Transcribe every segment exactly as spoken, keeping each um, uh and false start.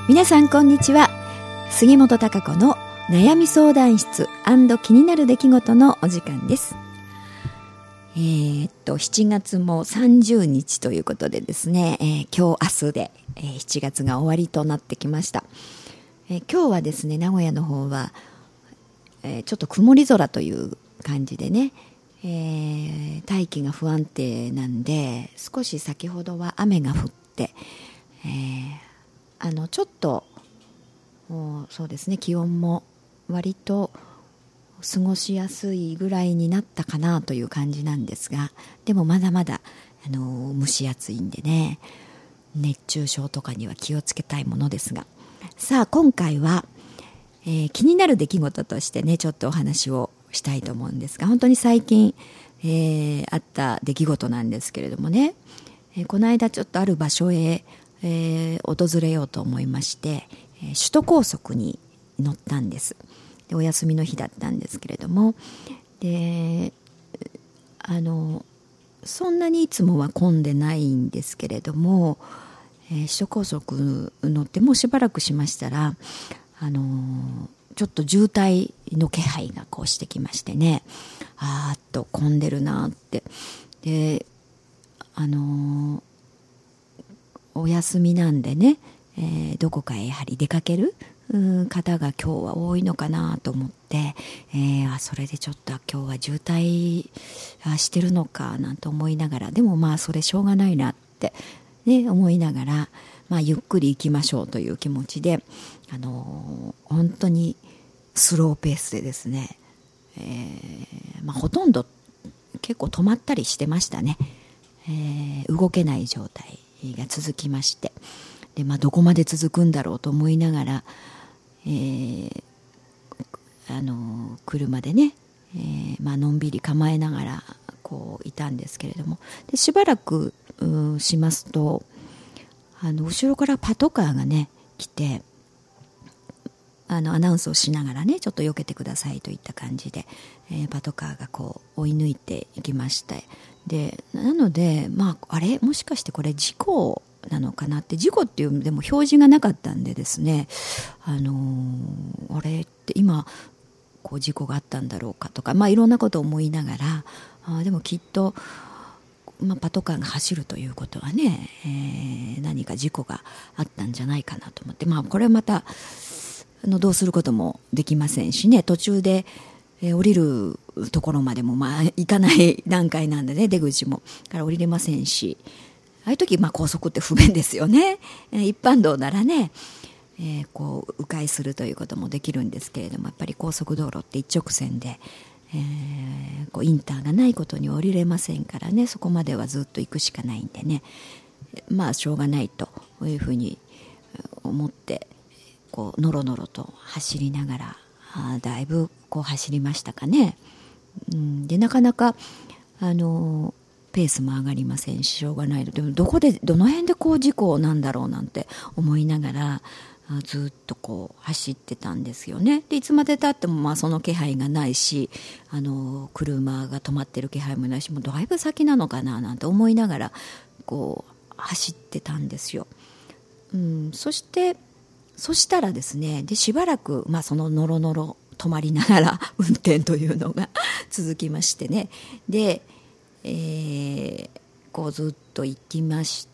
皆さんこんにちは。杉本孝子の悩み相談室&気になる出来事のお時間です。えー、っとしちがつもさんじゅうにちということでですね、えー、今日明日で、えー、しちがつが終わりとなってきました。えー、今日はですね、名古屋の方は、えー、ちょっと曇り空という感じでね、えー、大気が不安定なんで、少し先ほどは雨が降って、えーあのちょっとそうですね、気温も割と過ごしやすいぐらいになったかなという感じなんですが、でもまだまだあの蒸し暑いんでね、熱中症とかには気をつけたいものですが、さあ今回は、えー、気になる出来事としてね、ちょっとお話をしたいと思うんですが、本当に最近、えー、あった出来事なんですけれどもね、えー、この間ちょっとある場所へえー、訪れようと思いまして、えー、首都高速に乗ったんです。でお休みの日だったんですけれども、であのそんなにいつもは混んでないんですけれども、えー、首都高速乗ってもうしばらくしましたら、あのー、ちょっと渋滞の気配がこうしてきましてね、あーっと混んでるなって。であのーお休みなんでね、えー、どこかへやはり出かける方が今日は多いのかなと思って、えー、あそれでちょっと今日は渋滞してるのかなんて思いながら、でもまあそれしょうがないなって、ね、思いながら、まあ、ゆっくり行きましょうという気持ちで、あのー、本当にスローペースでですね、えーまあ、ほとんど結構止まったりしてましたね。えー、動けない状態が続きまして、で、まあ、どこまで続くんだろうと思いながら、えー、あの車でね、えーまあのんびり構えながらこういたんですけれども、でしばらくしますと、あの後ろからパトカーがね来て、あのアナウンスをしながらね、ちょっと避けてくださいといった感じで、えー、パトカーがこう追い抜いていきまして、でなので、まあ、あれもしかしてこれ事故なのかなって、事故っていうでも表示がなかったんでですね、あのー、あれって今こう事故があったんだろうかとか、まあ、いろんなことを思いながら、あでもきっと、まあ、パトカーが走るということはね、えー、何か事故があったんじゃないかなと思って、まあ、これはまたあのどうすることもできませんしね、途中でえー、降りるところまでもまあ行かない段階なんでね、出口もから降りれませんし、ああいう時まあ高速って不便ですよね。えー、一般道ならね、えー、こう迂回するということもできるんですけれども、やっぱり高速道路って一直線で、えー、こうインターがないことに降りれませんからね、そこまではずっと行くしかないんでね、まあしょうがないというふうに思って、こうのろのろと走りながら、あだいぶこう走りましたかね。うん、でなかなかあのペースも上がりませんし、しょうがないので、どこでどの辺でこう事故なんだろうなんて思いながら、あずっとこう走ってたんですよね。でいつまでたってもまあその気配がないし、あの車が止まってる気配もないし、もうだいぶ先なのかななんて思いながらこう走ってたんですよ。うん、そしてそしたらですね、でしばらく、まあ、そのノロノロ止まりながら運転というのが続きましてね、で、えー、こうずっと行きまして、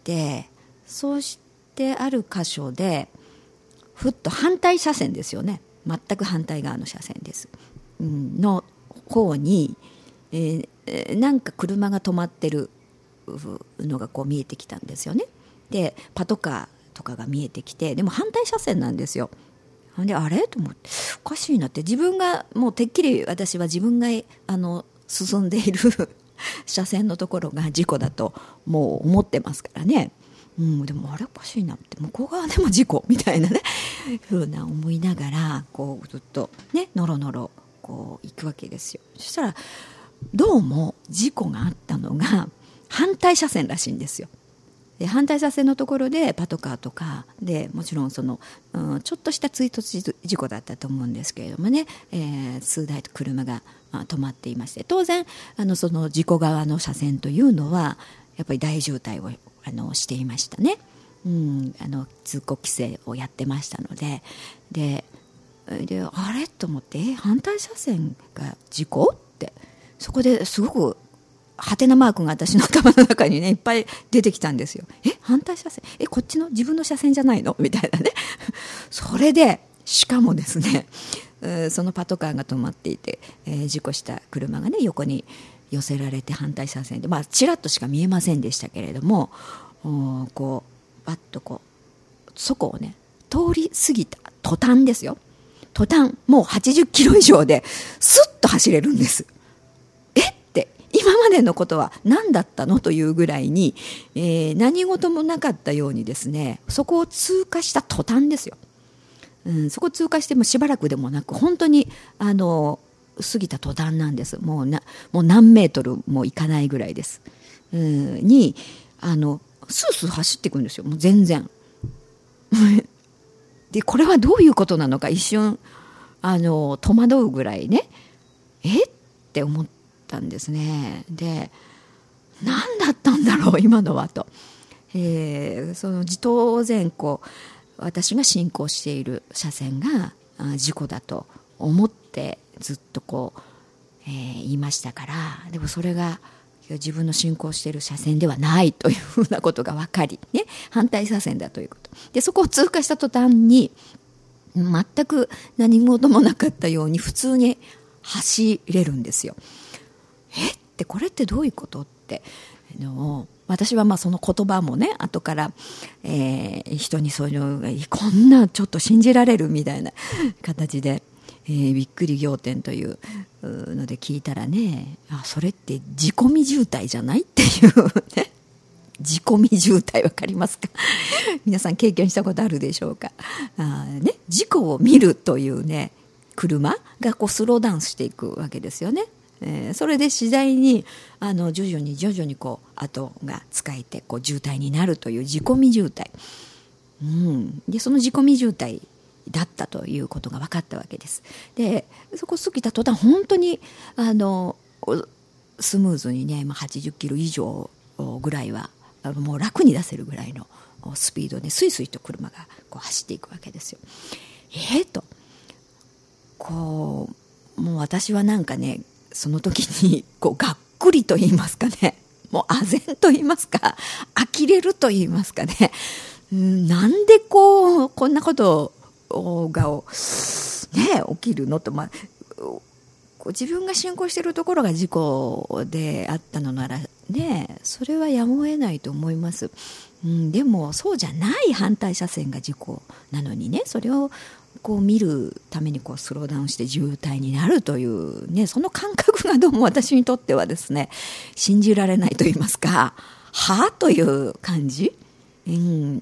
そしてある箇所でふっと反対車線ですよね、全く反対側の車線です、うん、の方に、えー、なんか車が止まってるのがこう見えてきたんですよね。でパトカーとかが見えてきて、でも反対車線なんですよ。であれと思って、おかしいなって、自分がもうてっきり私は自分があの進んでいる車線のところが事故だともう思ってますからね、うん、でもあれおかしいなって、向こう側でも事故みたいなねふうな思いながら、こうずっとねのろのろこう行くわけですよ。そしたらどうも事故があったのが反対車線らしいんですよ。で反対車線のところでパトカーとかで、もちろんその、うん、ちょっとした追突事故だったと思うんですけれどもね、えー、数台車が、まあ、止まっていまして、当然あのその事故側の車線というのはやっぱり大渋滞をあのしていましたね。 うん、あの通行規制をやってましたので、でであれと思って、え反対車線が事故って、そこですごくハテナマークが私の頭の中にねいっぱい出てきたんですよ。え反対車線、えこっちの自分の車線じゃないのみたいなねそれでしかもですね、そのパトカーが止まっていて、えー、事故した車がね横に寄せられて反対車線で、まあちらっとしか見えませんでしたけれども、こうバッとこうそこをね通り過ぎた途端ですよ、途端もうはちじゅっキロ以上でスッと走れるんです。えって今までのことは何だったのというぐらいに、えー、何事もなかったようにですね、そこを通過した途端ですよ、うん、そこを通過してもしばらくでもなく、本当にあの過ぎた途端なんです。もうなもう何メートルもいかないぐらいです、うん、にあのスースー走っていくんですよ、もう全然でこれはどういうことなのか一瞬あの戸惑うぐらいね、えって思ったんですね。で何だったんだろう今のはと、えー、その当然こう私が進行している車線が事故だと思ってずっとこう、えー、言いましたから、でもそれが自分の進行している車線ではないというふうなことが分かり、ね、反対車線だということで、そこを通過した途端に全く何事もなかったように普通に走れるんですよ。えってこれってどういうことっての私はまあその言葉もね後から、えー、人にそういうのがこんなちょっと信じられるみたいな形で、えー、びっくり仰天というので聞いたらね、あそれって事故み渋滞じゃないっていうね、事故み渋滞わかりますか皆さん経験したことあるでしょうか。あ、ね、事故を見るというね車がこうスローダウンしていくわけですよね。えー、それで次第にあの徐々に徐々にこう後が使えてこう渋滞になるという事故み渋滞、うん、でその事故み渋滞だったということが分かったわけです。でそこ過ぎた途端本当にあのスムーズにねはちじゅっキロ以上ぐらいはもう楽に出せるぐらいのスピードでスイスイと車がこう走っていくわけですよ。えーとこうもう私はなんかねその時にこうがっくりと言いますかね、もう唖然と言いますか呆れると言いますかね、んなんでこうこんなことが、ね、起きるのと、まあ、こう自分が進行しているところが事故であったのならねそれはやむを得ないと思います、うん、でもそうじゃない反対車線が事故なのにね、それをこう見るためにこうスローダウンして渋滞になるという、ね、その感覚がどうも私にとってはですね信じられないと言いますか、はという感じ、うん、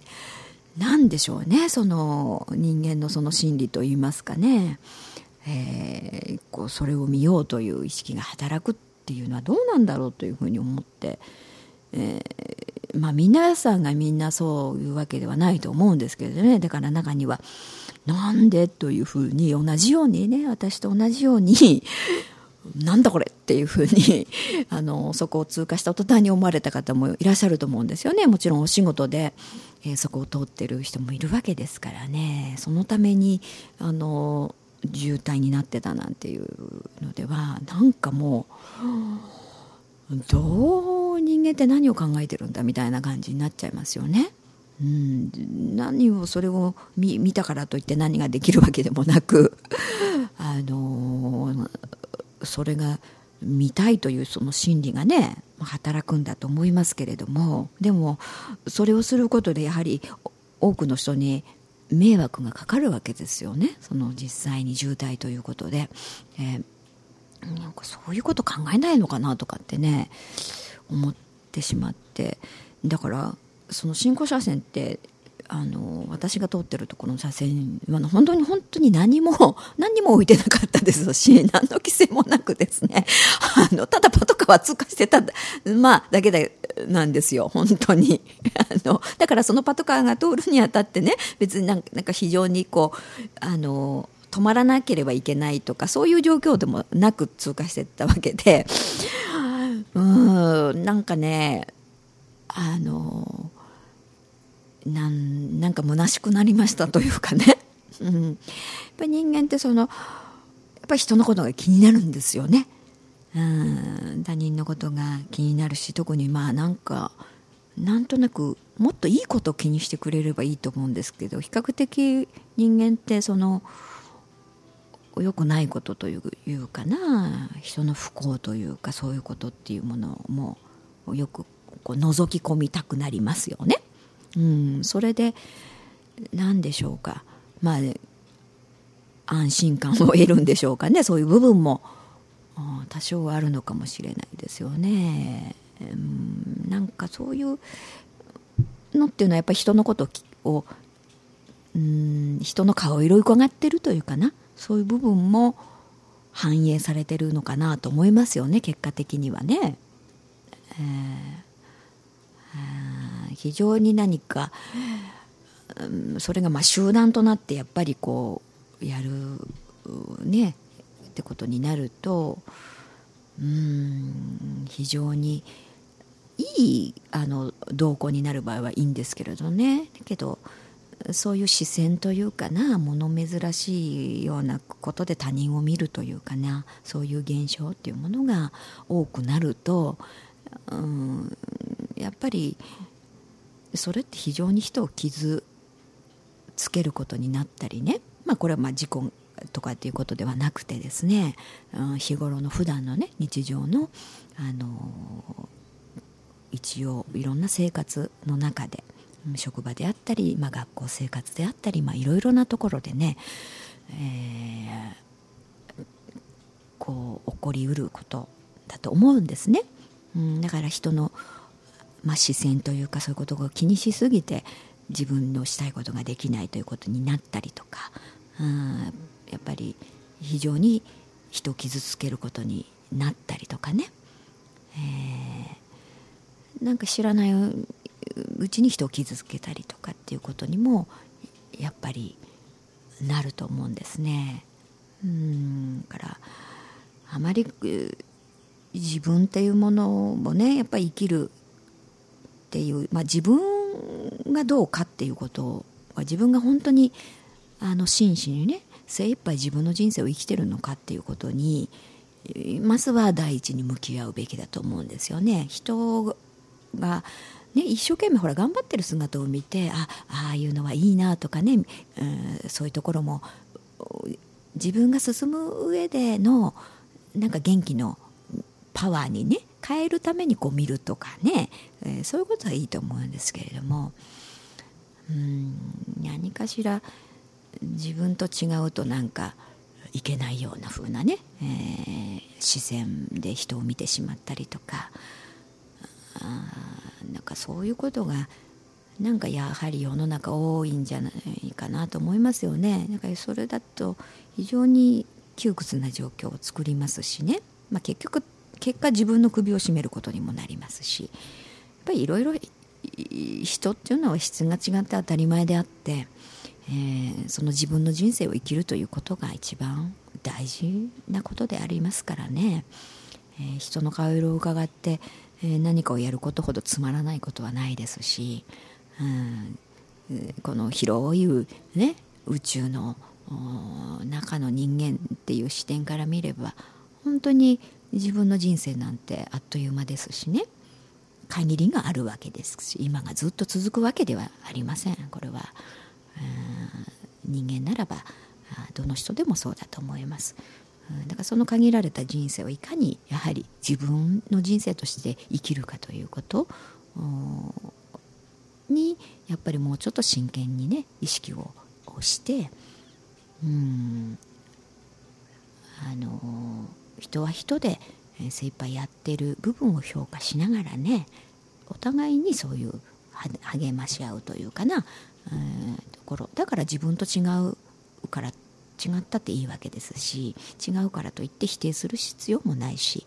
なんでしょうね、その人間のその心理と言いますかね、えー、こうそれを見ようという意識が働くっていうのはどうなんだろうというふうに思って、えーまあ、皆さんがみんなそういうわけではないと思うんですけれどね。だから中にはなんでというふうに同じようにね私と同じようになんだこれっていうふうにあのそこを通過した途端に思われた方もいらっしゃると思うんですよね。もちろんお仕事で、えー、そこを通ってる人もいるわけですからね、そのためにあの渋滞になってたなんていうのではなんかもうどう人間って何を考えてるんだみたいな感じになっちゃいますよね。うん、何をそれを 見, 見たからといって何ができるわけでもなくあのそれが見たいというその心理がね働くんだと思いますけれども、でもそれをすることでやはり多くの人に迷惑がかかるわけですよね。その実際に渋滞ということで、えー、なんかそういうこと考えないのかなとかってね思ってしまって、だからその進行車線ってあの私が通ってるところの車線は本当に本当に何も何にも置いてなかったですし、何の規制もなくですね、あのただパトカーは通過してた、まあ、だけでなんですよ本当にあのだからそのパトカーが通るにあたってね別になんか、なんか非常にこうあの止まらなければいけないとかそういう状況でもなく通過していったわけで、うーんなんかねあのなんなんか虚しくなりましたというかね、うん、やっぱり人間ってそのやっぱり人のことが気になるんですよね。うん、他人のことが気になるし、特にまあなんかなんとなくもっといいことを気にしてくれればいいと思うんですけど、比較的人間ってその良くないことというかな、人の不幸というかそういうことっていうものもよくこう覗き込みたくなりますよね。うん、それで何でしょうか、まあ安心感を得るんでしょうかね。そういう部分も多少はあるのかもしれないですよね。うん、なんかそういうのっていうのはやっぱり人のことを、うん、人の顔色を伺ってるというかな、そういう部分も反映されてるのかなと思いますよね、結果的にはね。えー、非常に何か、うん、それがまあ集団となってやっぱりこうやるねってことになると、うーん非常にいいあの動向になる場合はいいんですけれどね。だけどそういう視線というかな、物珍しいようなことで他人を見るというかな、そういう現象っていうものが多くなると、うん、やっぱりそれって非常に人を傷つけることになったりね、まあこれはまあ事故とかっていうことではなくてですね、うん、日頃の普段のね日常のあの一応いろんな生活の中で、職場であったり、まあ、学校生活であったり、まあ、いろいろなところでね、えー、こう起こりうることだと思うんですね。うん、だから人の、まあ、視線というかそういうことを気にしすぎて自分のしたいことができないということになったりとか、うん、やっぱり非常に人を傷つけることになったりとかね、えー、なんか知らないうちに人を傷つけたりとかっていうことにもやっぱりなると思うんですね。うんからあまり自分っていうものもねやっぱり生きるっていう、まあ、自分がどうかっていうことを自分が本当にあの真摯にね精一杯自分の人生を生きてるのかっていうことにまずは第一に向き合うべきだと思うんですよね。人がね、一生懸命ほら頑張ってる姿を見て あ, ああいうのはいいなとかね、うん、そういうところも自分が進む上でのなんか元気のパワーにね変えるためにこう見るとかね、えー、そういうことはいいと思うんですけれども、うん何かしら自分と違うとなんかいけないような風なね、えー、視線で人を見てしまったりとか、あなんかそういうことがなんかやはり世の中多いんじゃないかなと思いますよね。だからそれだと非常に窮屈な状況を作りますしね、まあ、結局結果自分の首を絞めることにもなりますし、やっぱりいろいろ人っていうのは質が違って当たり前であって、えー、その自分の人生を生きるということが一番大事なことでありますからね、えー、人の顔色を伺って何かをやることほどつまらないことはないですし、うん、この広い、ね、宇宙の中の人間っていう視点から見れば本当に自分の人生なんてあっという間ですしね、限りがあるわけですし今がずっと続くわけではありません。これは、うん、人間ならばどの人でもそうだと思います。だからその限られた人生をいかにやはり自分の人生として生きるかということにやっぱりもうちょっと真剣にね意識をしてうんあの人は人で精一杯やってる部分を評価しながらねお互いにそういう励まし合うというかな、えー、ところだから自分と違うから違ったっていいわけですし違うからといって否定する必要もないし、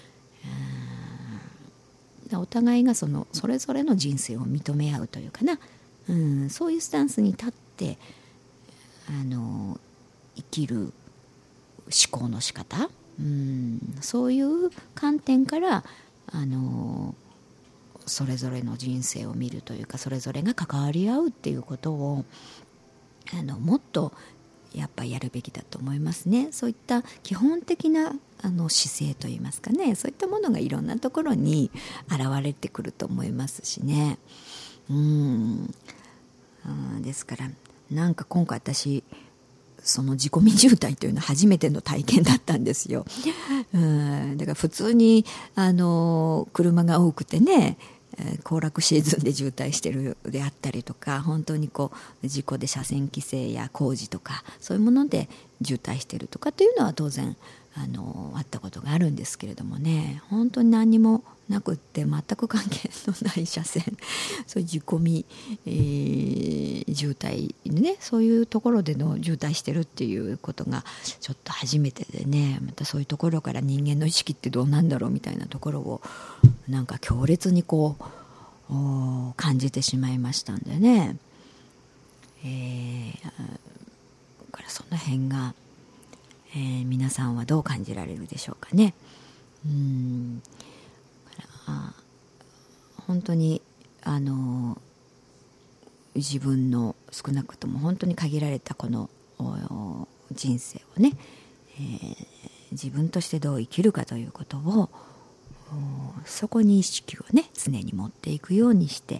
うん、お互いがそのそれぞれの人生を認め合うというかな、うん、そういうスタンスに立ってあの生きる思考の仕方、うん、そういう観点からあのそれぞれの人生を見るというか、それぞれが関わり合うっていうことをあのもっとやっぱりやるべきだと思いますね。そういった基本的なあの姿勢といいますかね、そういったものがいろんなところに現れてくると思いますしね。うんあですからなんか今回私その自己未渋滞というのは初めての体験だったんですよ。うんだから普通にあの車が多くてね、行楽シーズンで渋滞してるであったりとか、本当にこう事故で車線規制や工事とかそういうもので渋滞してるとかというのは当然あのあったことがあるんですけれどもね、本当に何にもなくって全く関係のない車線そういう事故み、えー、渋滞ね、そういうところでの渋滞してるっていうことがちょっと初めてでね、またそういうところから人間の意識ってどうなんだろうみたいなところをなんか強烈にこう感じてしまいましたんでね、えー、だからその辺が、えー、皆さんはどう感じられるでしょうかね。うんあ本当にあの自分の少なくとも本当に限られたこの人生をね、えー、自分としてどう生きるかということをそこに意識をね常に持っていくようにして、え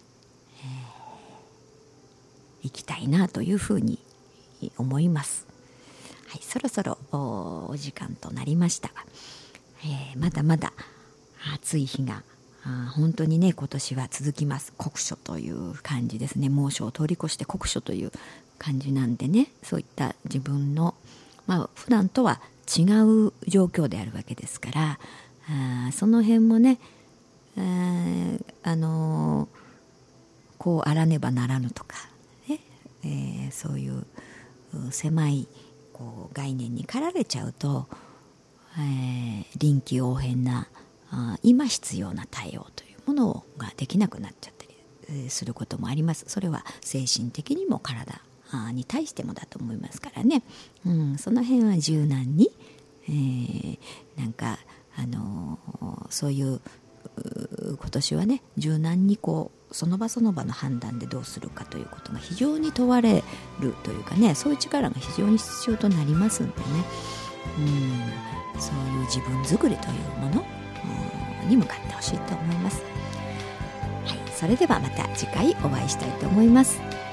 ー、いきたいなというふうに思います。はい、そろそろ お, お時間となりましたが、えー、まだまだ暑い日があ本当にね今年は続きます。酷暑という感じですね。猛暑を通り越して酷暑という感じなんでね、そういった自分の、まあ、普段とは違う状況であるわけですから、あその辺もね、あ、あのー、こうあらねばならぬとか、ねえー、そういう狭いこう概念に駆られちゃうと、えー、臨機応変なあ今必要な対応というものができなくなっちゃったり、えー、することもあります。それは精神的にも体に対してもだと思いますからね、うん、その辺は柔軟に、えー、なんかあのー、そういう今年はね柔軟にこうその場その場の判断でどうするかということが非常に問われるというかね、そういう力が非常に必要となりますんでね、うん、そういう自分作りというものに向かってほしいと思います。はい、それではまた次回お会いしたいと思います。